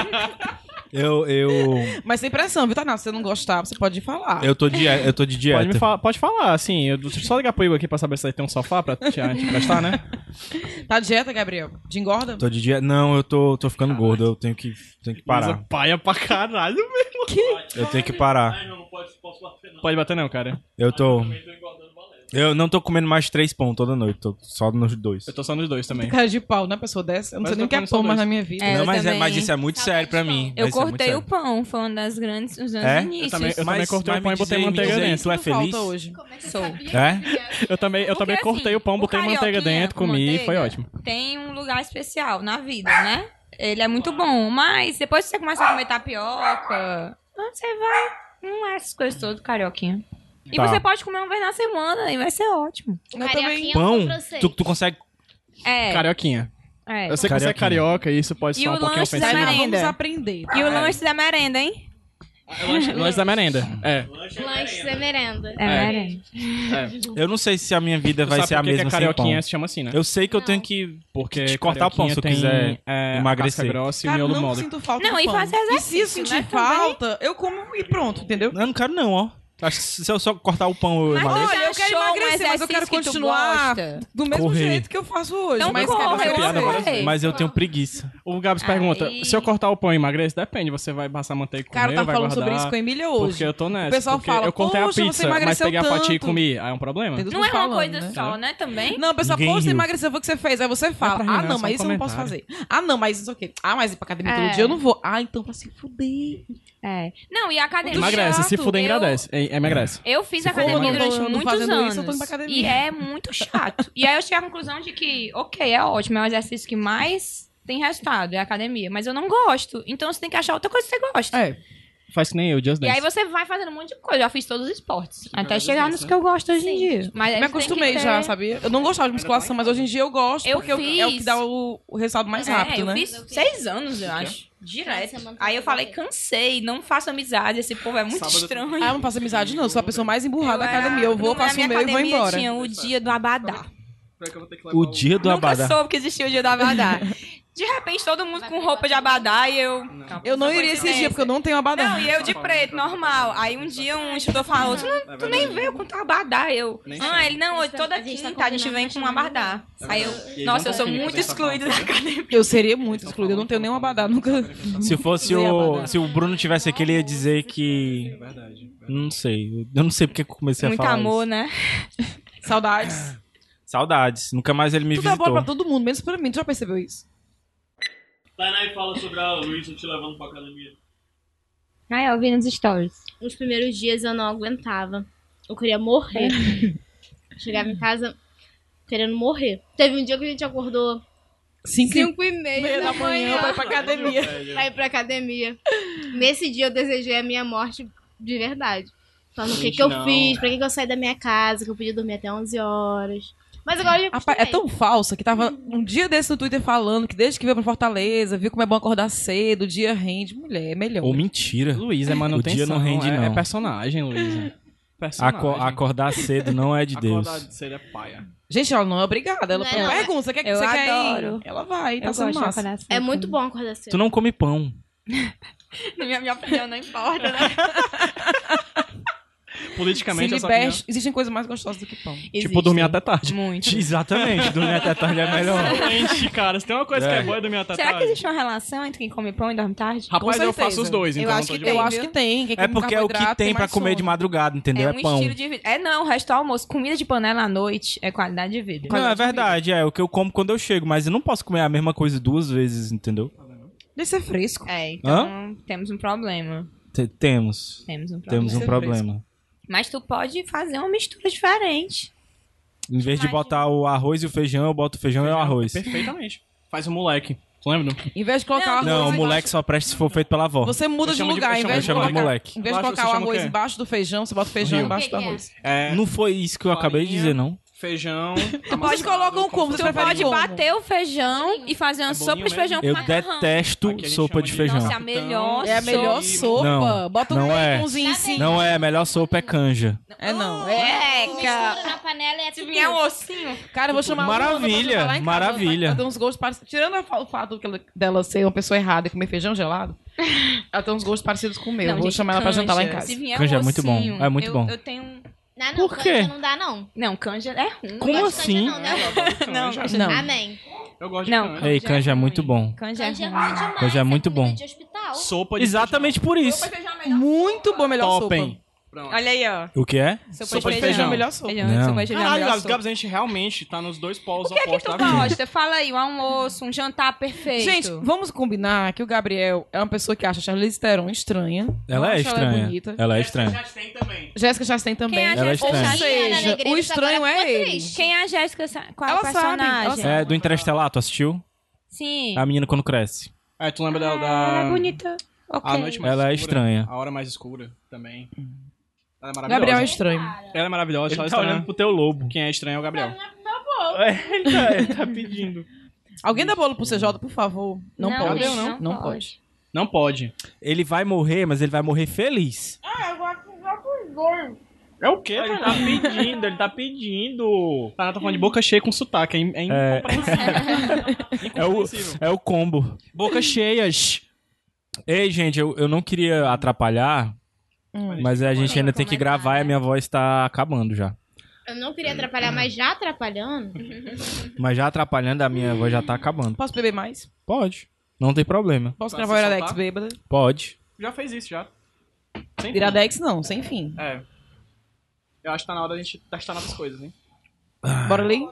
Eu, eu, Mas sem pressão, viu, Tainá? Se você não gostar, você pode falar. eu, tô de, eu tô de dieta. Pode, me fa- pode falar, assim. Eu, deixa eu só ligar pro Igor aqui pra saber se ele tem um sofá pra te, te prestar, né? Tá dieta, Gabriel? De engorda? Tô de dieta. Não, eu tô, tô ficando gordo. Eu tenho que, tenho que parar. Luísa paia pra caralho mesmo. Eu tenho que parar. Pode bater não, cara. Eu tô. Eu não tô comendo mais três pão toda noite. Tô só nos dois. Eu tô só nos dois também. Cara de pau, né, pessoa dessa? Eu não Mas sei nem eu o que é tô comendo só pão mais dois. na minha vida. É, não, eu mas, é, também. mas isso é muito sério pra mim. Eu Isso é muito cortei sério. o pão, foi um das grandes, os grandes É? Eu inícios. Eu também, eu Mas- também cortei mas o pão me e botei diz aí, manteiga me diz aí, dentro. tu é Não falta feliz? hoje. Sou. É? Eu também, eu Porque, também cortei assim, o pão, botei manteiga carioquinha dentro, com comi e manteiga foi ótimo. Tem um lugar especial na vida, né? Ele é muito bom, mas depois que você começa a comer tapioca, você vai... Não é essas coisas todas, carioquinha. E Tá. você pode comer uma vez na semana e vai ser ótimo. O Eu carioquinha Pão? eu francês. Tu, tu consegue. É, Carioquinha. é. Eu sei que você é Carioquinha. carioca e isso pode E soar o um pouquinho lanche da ofensivo. Tainá, merenda. vamos aprender. E o lanche da merenda, hein? Lanche da merenda. É. Lanches e merenda. É, É. merenda. Eu não sei se a minha vida Tu vai sabe ser a por que que mesma a sem pão. carioquinha se chama assim, né? Eu sei que eu Não. tenho que Porque te cortar o pão se eu carioquinha quiser tem, é, emagrecer. a casca grossa e o Cara, miolo não mole. sinto falta Não, do e pão. fazer E se eu exercício, sentir né, também. falta, eu como e pronto, entendeu? Eu não quero não, ó. Acho que se eu só cortar o pão eu Mas emagreço. você Olha, eu quero achou um emagrecer, mas eu quero exercício que tu continuar gosta? do mesmo Correr. jeito que eu faço hoje. Então mas corre, quero eu fazer piada amo várias correr. Mas eu tenho preguiça. O Gabs Aí- pergunta, se eu cortar o pão e emagrece, depende. Você vai passar manteiga e comer, Cara, eu tava vai falando guardar, sobre isso com a Emília hoje. Porque eu tô nessa. O pessoal porque fala, eu cortei a "Poxa, você pizza, mas emagreceu peguei a fatia e tanto." comi. Aí é um problema? Entendeu? Não é uma falando, coisa né? só, né, também? Não, pessoal, Ninguém pô, você riu. emagreceu, foi o que você fez. Aí você fala, pra rir, ah, não, é não, só mas um isso eu não posso fazer. comentário. Ah, não, mas isso é o quê? Ah, mas ir pra academia É. todo dia eu não vou. Ah, então pra se fuder. É. Não, e a academia... Emagrece, se chato, fuder, eu- engrandece. É, emagrece. Eu fiz Se for eu academia não durante tô- não muitos fazendo anos. isso, eu tô indo pra academia. E é muito chato. E aí eu cheguei à conclusão de que, ok, é ótimo, é o exercício que mais tem resultado, é a academia. Mas eu não gosto. Então você tem que achar outra coisa que você gosta. É. Faz que nem eu, Just E Dance. aí você vai fazendo um monte de coisa. Eu já fiz todos os esportes. Até chegar nos que eu gosto hoje em dia. Mas aí Me você tem acostumei que ter- já, sabia? Eu não gostava de musculação, mas hoje em dia eu gosto, Eu porque eu- é o que fiz. dá o, o resultado mais É, rápido, eu né? fiz seis anos, eu acho. Direto. Aí eu falei, cansei, não faço amizade, esse povo é muito estranho. Ah, eu não faço amizade, não. Eu sou a pessoa mais emburrada da era- academia. Eu vou, no- na faço o minha meu e vou academia embora. Tinha o dia do Abadá. O dia do Nunca Abadá. soube que existia o dia do Abadá. De repente, todo mundo com roupa de Abadá e eu... Eu não iria esse dia, porque eu não tenho abadá. Não, e eu de preto, normal. Aí um dia um instrutor falou, tu, não, tu nem veio com teu abadá. Eu, ah, ele, não, hoje toda quinta a gente vem com um abadá. Aí eu, nossa, eu sou muito excluída da academia. Eu seria muito excluída. Eu não tenho nenhum abadá. Nunca... Se fosse Usei o. abadá. Se o Bruno tivesse aqui, ele ia dizer que. Não sei. Eu não sei porque que eu comecei Muito a falar. amor, isso. né? Saudades. Saudades. Nunca mais ele me Tudo é visitou. bom pra todo mundo, menos pra mim. Tu já percebeu isso? Tainá fala sobre a Luísa te levando pra academia. Ah, eu vi nos stories. Os primeiros dias eu não aguentava. Eu queria morrer. Chegava em casa querendo morrer. Teve um dia que a gente acordou Cinco, cinco e meia, meia da manhã pra ir pra academia. Pra ir pra academia. Nesse dia eu desejei a minha morte de verdade. Falando o que, que eu não. fiz, pra que, que eu saí da minha casa, que eu podia dormir até onze horas. Mas agora eu já Rapaz, é tão falsa que tava um dia desse no Twitter falando que desde que veio pra Fortaleza, viu como é bom acordar cedo, o dia rende. Mulher, é melhor. Ou mentira. Luísa é manutenção. O dia não rende, é, não. É personagem, Luísa. Personagem. Aco- acordar cedo não é de Deus. Acordar cedo é paia. Gente, ela não é obrigada. Ela Não é não. pergunta, você quer, Eu você quer adoro. ir? Ela vai, tá Eu sendo gosto de massa. acordar cedo. É muito bom acordar cedo. Tu não come pão. Na minha, minha opinião não importa, né? Politicamente, Se essa liberte, opinião. existem coisas mais gostosas do que pão. Tipo, dormir até tarde. Muito. Exatamente, dormir até tarde é melhor. Excelente, cara. Se tem uma coisa É. que é boa é dormir até Será que tarde. existe uma relação entre quem come pão e dorme tarde? Rapaz, Com eu certeza. faço os dois, Eu então acho não tô que de tem, Eu boa. acho que tem. Quem É come porque é o que carboidrato tem pra mais comer de sono. madrugada, entendeu? É É, um pão. estilo de vida. É não, o resto do almoço. Comida de panela à noite é qualidade de vida. Não, é verdade, é o que eu como quando eu chego, mas eu não posso comer a mesma coisa duas vezes, entendeu? Deixa ser fresco. É, então temos um problema. T- temos. Temos um problema. Temos um Ser problema. Mas tu pode fazer uma mistura diferente. Em vez de botar o arroz e o feijão, eu boto o feijão, e o arroz. Perfeitamente. Faz o moleque. Tu lembra? Em vez de colocar Não, o arroz Não, o embaixo- moleque só presta se for feito pela avó. Você muda Eu de chamo de- lugar. eu Em chamo- vez eu de chamo de colocar, moleque. em vez de Você colocar o chama o arroz quê? embaixo do feijão, você bota o feijão Rio. embaixo do Que que é? arroz. É, Não foi isso que eu acabei de farinha, dizer, não? feijão... Pode colocar um como, você Tu prefere pode como? bater o feijão e fazer uma É sopa bolinho de feijão Eu com macarrão. detesto Aqui a gente sopa chama de de- feijão. Nossa, é a melhor É a melhor Sopa. sopa. Não, Bota um não é. baconzinho sim. Não é, a melhor sopa é canja. É não. É, Mistura cara. na panela e é Se tudo. vier um ossinho. Cara, eu vou chamar Maravilha, uma, lá em casa. maravilha. Ela tem uns gostos parecidos. Tirando a fa- o fato que ela- dela ser uma pessoa errada e comer feijão gelado, ela tem uns gostos parecidos com o meu. Não, eu vou gente, chamar ela pra jantar lá em canja. casa. Se vier Canja um é muito bom, ossinho, é muito eu, bom. Eu tenho... Não, não, Por quê? canja não dá, não. Não, canja é ruim. Como Gosto de assim? canja Não, né? Não, canja Não. Amém. Eu gosto de Não, canja. Ei, canja é muito bom. Canja é Canja é ruim. ruim demais. Canja é muito comida bom. de hospital. Sopa de Exatamente por isso. Muito bom, melhor Topem. sopa. Pronto. Olha aí, ó. O que é? Sopa de Feijão, feijão. melhor sopa. Feijão, Não. sopa de feijão é a Caralho, melhor Gabs, sopa. Gabs, a gente realmente tá nos dois polos O que é que opostos tu da vida. gosta? Fala aí, um almoço, um jantar perfeito. Gente, vamos combinar que o Gabriel é uma pessoa que acha a Charlize Theron estranha. Ela Não é acha Ela estranha. é bonita. Ela é estranha. Chastain também. Jéssica Chastain também. Quem é a Ela é Jéssica estranha. Ou Chastain? seja, Ana o estranho agora é ficou ele. triste. Quem é a Jéssica? Sa- Qual é Ela o sabe, ela personagem? É do Interestelar, tu assistiu? Sim. A menina quando cresce. É, tu lembra da... da... Ela é bonita. Ok. A noite mais Ela é escura, estranha. A hora mais escura também. Ela é maravilhosa. Gabriel é estranho. Ela é maravilhosa. Ele Ela é tá estranha. olhando pro teu lobo. Quem é estranho é o Gabriel. ele, tá, ele tá pedindo. Alguém dá bolo pro C J, por favor? Não, Não, pode. Gabriel, não, não pode. pode. Não pode. Ele vai morrer, mas ele vai morrer feliz. É o quê? Ele tá pedindo, ele tá pedindo. Tá, tá falando de boca cheia com sotaque. É, é É. incompreensível. É o, Incompreensível. é o combo. Boca cheias. Ei, gente, eu, eu não queria atrapalhar, mas a gente ainda tem que gravar e a minha voz tá acabando já. Eu não queria atrapalhar, mas já atrapalhando. Mas já atrapalhando, a minha voz já tá acabando. Posso beber mais? Pode. Não tem problema. Posso Pra gravar o se Iradex soltar? bêbada? Pode. Já fez isso, já. Sem fim. Iradex não, sem fim. É. Eu acho que tá na hora da gente testar novas coisas, hein? Bora ler?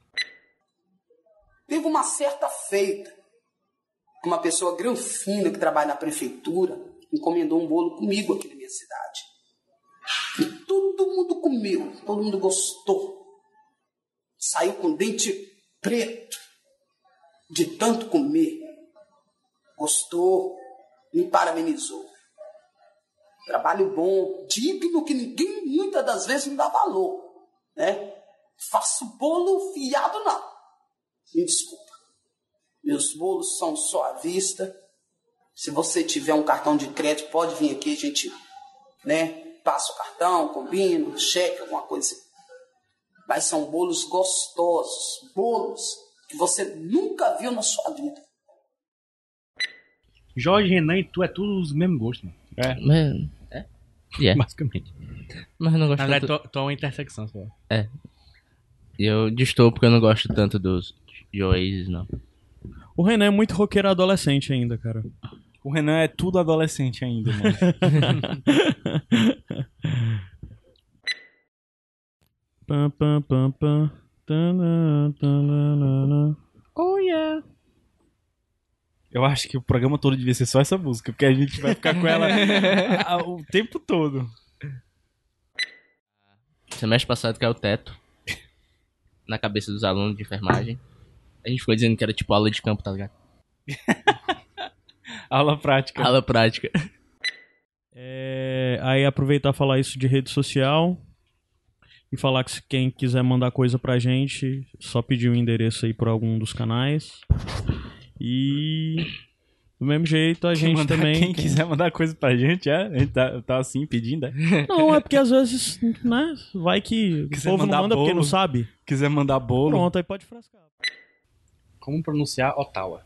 Teve uma certa feita, uma pessoa granfina que trabalha na prefeitura encomendou um bolo comigo aqui na minha cidade. E todo mundo comeu, todo mundo gostou. Saiu com dente preto de tanto comer. Gostou, me parabenizou. Trabalho bom, digno, que ninguém muitas das vezes não dá valor, né? Faço bolo fiado não. Me desculpa. Meus bolos são só à vista. Se você tiver um cartão de crédito, pode vir aqui, a gente, né, passa o cartão, combina, cheque, alguma coisa assim. Mas são bolos gostosos, bolos que você nunca viu na sua vida. Jorge, Renan e tu é tudo os mesmos gostos, mano. É. Mas, é? Yeah. Basicamente. Mas eu não gosto Na verdade, tanto... tô, tô uma intersecção só. É. E eu distou porque eu não gosto tanto dos de Oasis, não. O Renan é muito roqueiro adolescente ainda, cara. O Renan é tudo adolescente ainda, mano. Pam, pam, pam, pam. Tanana, tanana. Oh, yeah. Eu acho que o programa todo devia ser só essa música, porque a gente vai ficar com ela o tempo todo. Semestre passado caiu o teto. na cabeça dos alunos de enfermagem. A gente ficou dizendo que era tipo aula de campo, tá ligado? Aula prática. Aula prática. É, aí aproveitar e falar isso de rede social. E falar que se quem quiser mandar coisa pra gente, só pedir o endereço aí por algum dos canais. E do mesmo jeito a gente mandar, também... Quem quiser mandar coisa pra gente, é? A gente tá, tá assim, pedindo, é? Não, é porque às vezes, né, vai que o quiser povo não manda bolo, porque não sabe. Quiser mandar bolo. Pronto, aí pode frascar. Como pronunciar Ottawa?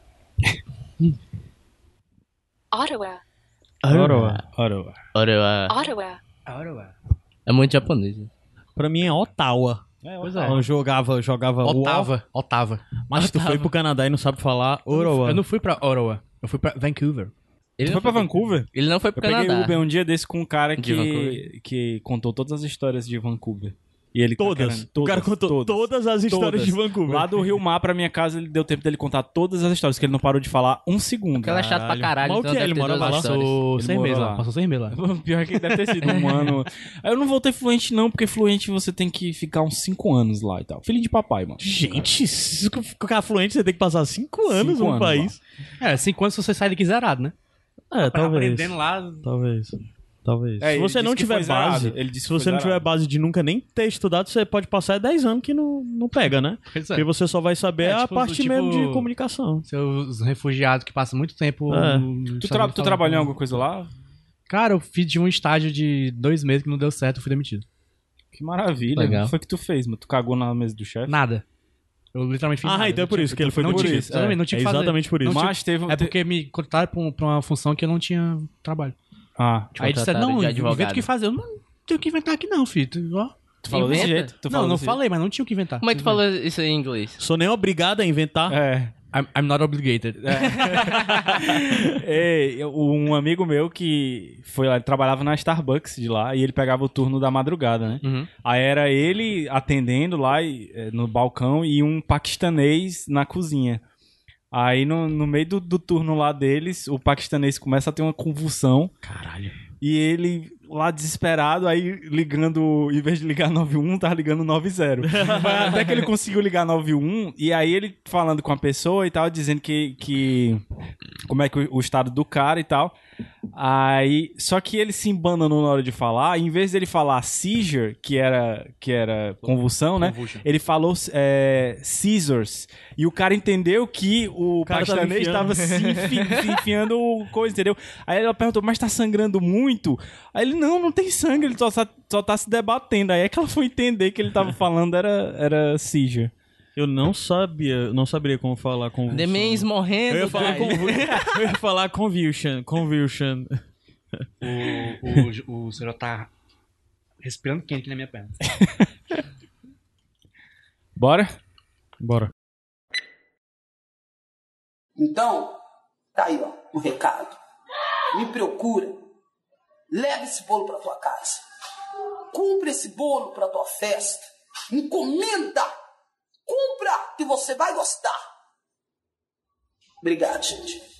Ottawa. Ottawa. Ottawa. Ottawa. Ottawa. Ottawa. É muito japonês. Né? Pra mim é Ottawa. É, pois é. Eu jogava, jogava Ottawa. O... Ottawa. Mas tu foi pro Canadá e não sabe falar Ottawa. Eu não fui pra Ottawa. Eu fui pra Vancouver. Ele foi pra Vancouver? Ele não foi pro eu Canadá. Eu peguei Uber um dia desse com um cara que, que contou todas as histórias de Vancouver. E ele todas. Tá querendo, todas. O cara contou todas, todas as histórias todas. de Vancouver. Lá do Rio Mar pra minha casa, ele deu tempo dele contar todas as histórias, que ele não parou de falar um segundo. Porque ela é chato pra caralho. Mas o então que é? Ele morava lá? Passou seis meses lá. Passou seis meses lá. Pior é que deve ter sido um ano. Aí eu não voltei fluente não, porque fluente você tem que ficar uns cinco anos lá e tal. Filho de papai, mano. Gente, se ficar fluente você tem que passar cinco anos cinco no anos, país. Lá. É, cinco anos você sai daqui zerado, né? É, pra talvez. Aprendendo lá... Talvez. Talvez. É, se você não tiver base, ele disse se você não tiver base de nunca nem ter estudado, você pode passar dez anos que não, não pega, né? Pois é. Porque você só vai saber é, a tipo, parte tipo, mesmo de comunicação. Seus refugiados que passam muito tempo... É. No, tu tra tu trabalhou em alguma coisa lá? Cara, eu fiz de um estágio de dois meses que não deu certo, eu fui demitido. Que maravilha. Legal. O que foi que tu fez, mano? Tu cagou na mesa do chefe? Nada. Eu literalmente fiz Ah, nada. então é por isso que ele foi demitido. demitido. É, não tinha que fazer. Exatamente por isso. Mas teve... É porque me contrataram pra, um, pra uma função que eu não tinha trabalho. Ah, aí disseram, não, inventa o que fazer. Eu não tenho que inventar aqui não, filho. Tu, ó. tu falou Inventa? desse jeito? Tu não, não desse falei, jeito? Mas não tinha o que inventar. Como é que tu falou isso aí em inglês? Sou nem obrigado a inventar. É. I'm, I'm not obligated. É. é, um amigo meu que foi lá, ele trabalhava na Starbucks de lá e ele pegava o turno da madrugada, né? Uhum. Aí era ele atendendo lá no balcão e um paquistanês na cozinha. Aí no, no meio do, do turno lá deles, o paquistanês começa a ter uma convulsão. Caralho. E ele lá desesperado, aí ligando, em vez de ligar nove um, tava ligando nove zero. Até que ele conseguiu ligar nove um, e aí ele falando com a pessoa e tal, dizendo que, que como é que o, o estado do cara e tal. Aí, só que ele se embananou na hora de falar, em vez dele falar seizure, que era, que era convulsão, né? Convulsion. Ele falou é, scissors. E o cara entendeu que o paquistanês estava se, enfi se enfiando coisa, entendeu? Aí ela perguntou, mas tá sangrando muito? Aí ele, não, não tem sangue, ele só, só tá se debatendo. Aí é que ela foi entender que ele tava falando era, era seizure. Eu não sabia, não saberia como falar convulsão. Demens morrendo, eu ia falar convul... Eu ia falar convulsion, convulsion. O, o, o senhor tá respirando quente aqui na minha perna. Bora? Bora. Então, tá aí, ó, o recado. Me procura. Leva esse bolo pra tua casa. Compra esse bolo pra tua festa. Encomenda. Compra, que você vai gostar. Obrigado, gente.